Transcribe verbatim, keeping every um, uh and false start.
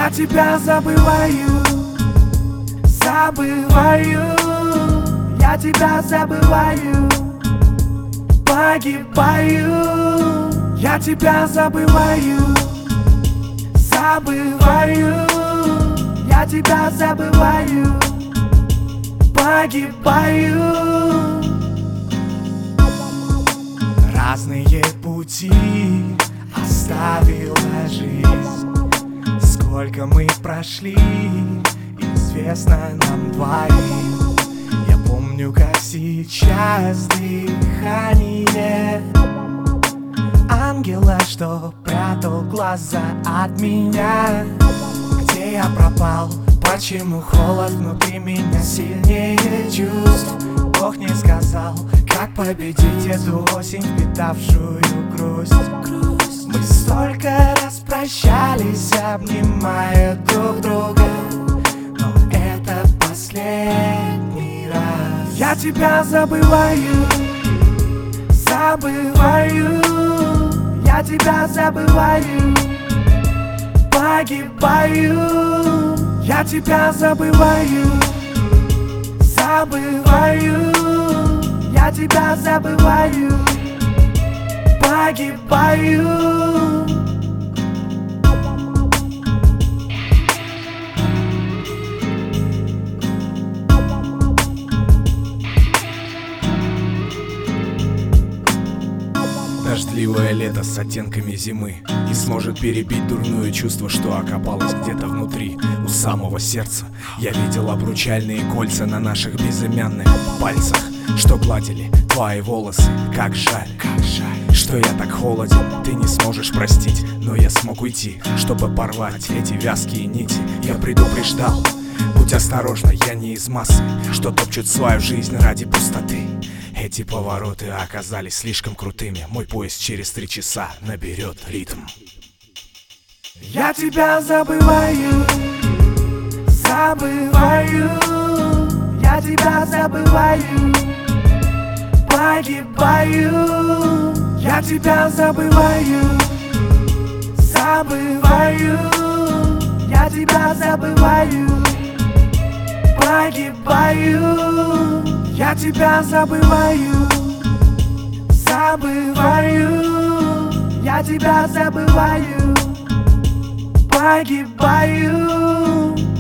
Я тебя забываю, забываю, я тебя забываю, погибаю. Я тебя забываю, забываю, я тебя забываю, погибаю. Разные пути оставила жизнь. Сколько мы прошли, известно нам двоим. Я помню, как сейчас дыхание ангела, что прятал глаза от меня. Где я пропал? Почему холод внутри меня сильнее чувств? Бог не сказал, как победить эту осень, впитавшую грусть. Мы столько раз прощались, обнимая друг друга, но это последний раз. Я тебя забываю, забываю, я тебя забываю, погибаю. Я тебя забываю, забываю, я тебя забываю, погибаю. Дождливое лето с оттенками зимы не сможет перебить дурное чувство, что окопалось где-то внутри, у самого сердца. Я видел обручальные кольца на наших безымянных пальцах, что гладили твои волосы. Как жаль, как жаль, что я так холоден, ты не сможешь простить. Но я смог уйти, чтобы порвать эти вязкие нити. Я предупреждал, будь осторожна, я не из массы, что топчут свою жизнь ради пустоты. Эти повороты оказались слишком крутыми. Мой поезд через три часа наберет ритм. Я тебя забываю, забываю, я тебя забываю, погибаю. Я тебя забываю, забываю, я тебя забываю, погибаю. Я тебя забываю, забываю, я тебя забываю, погибаю.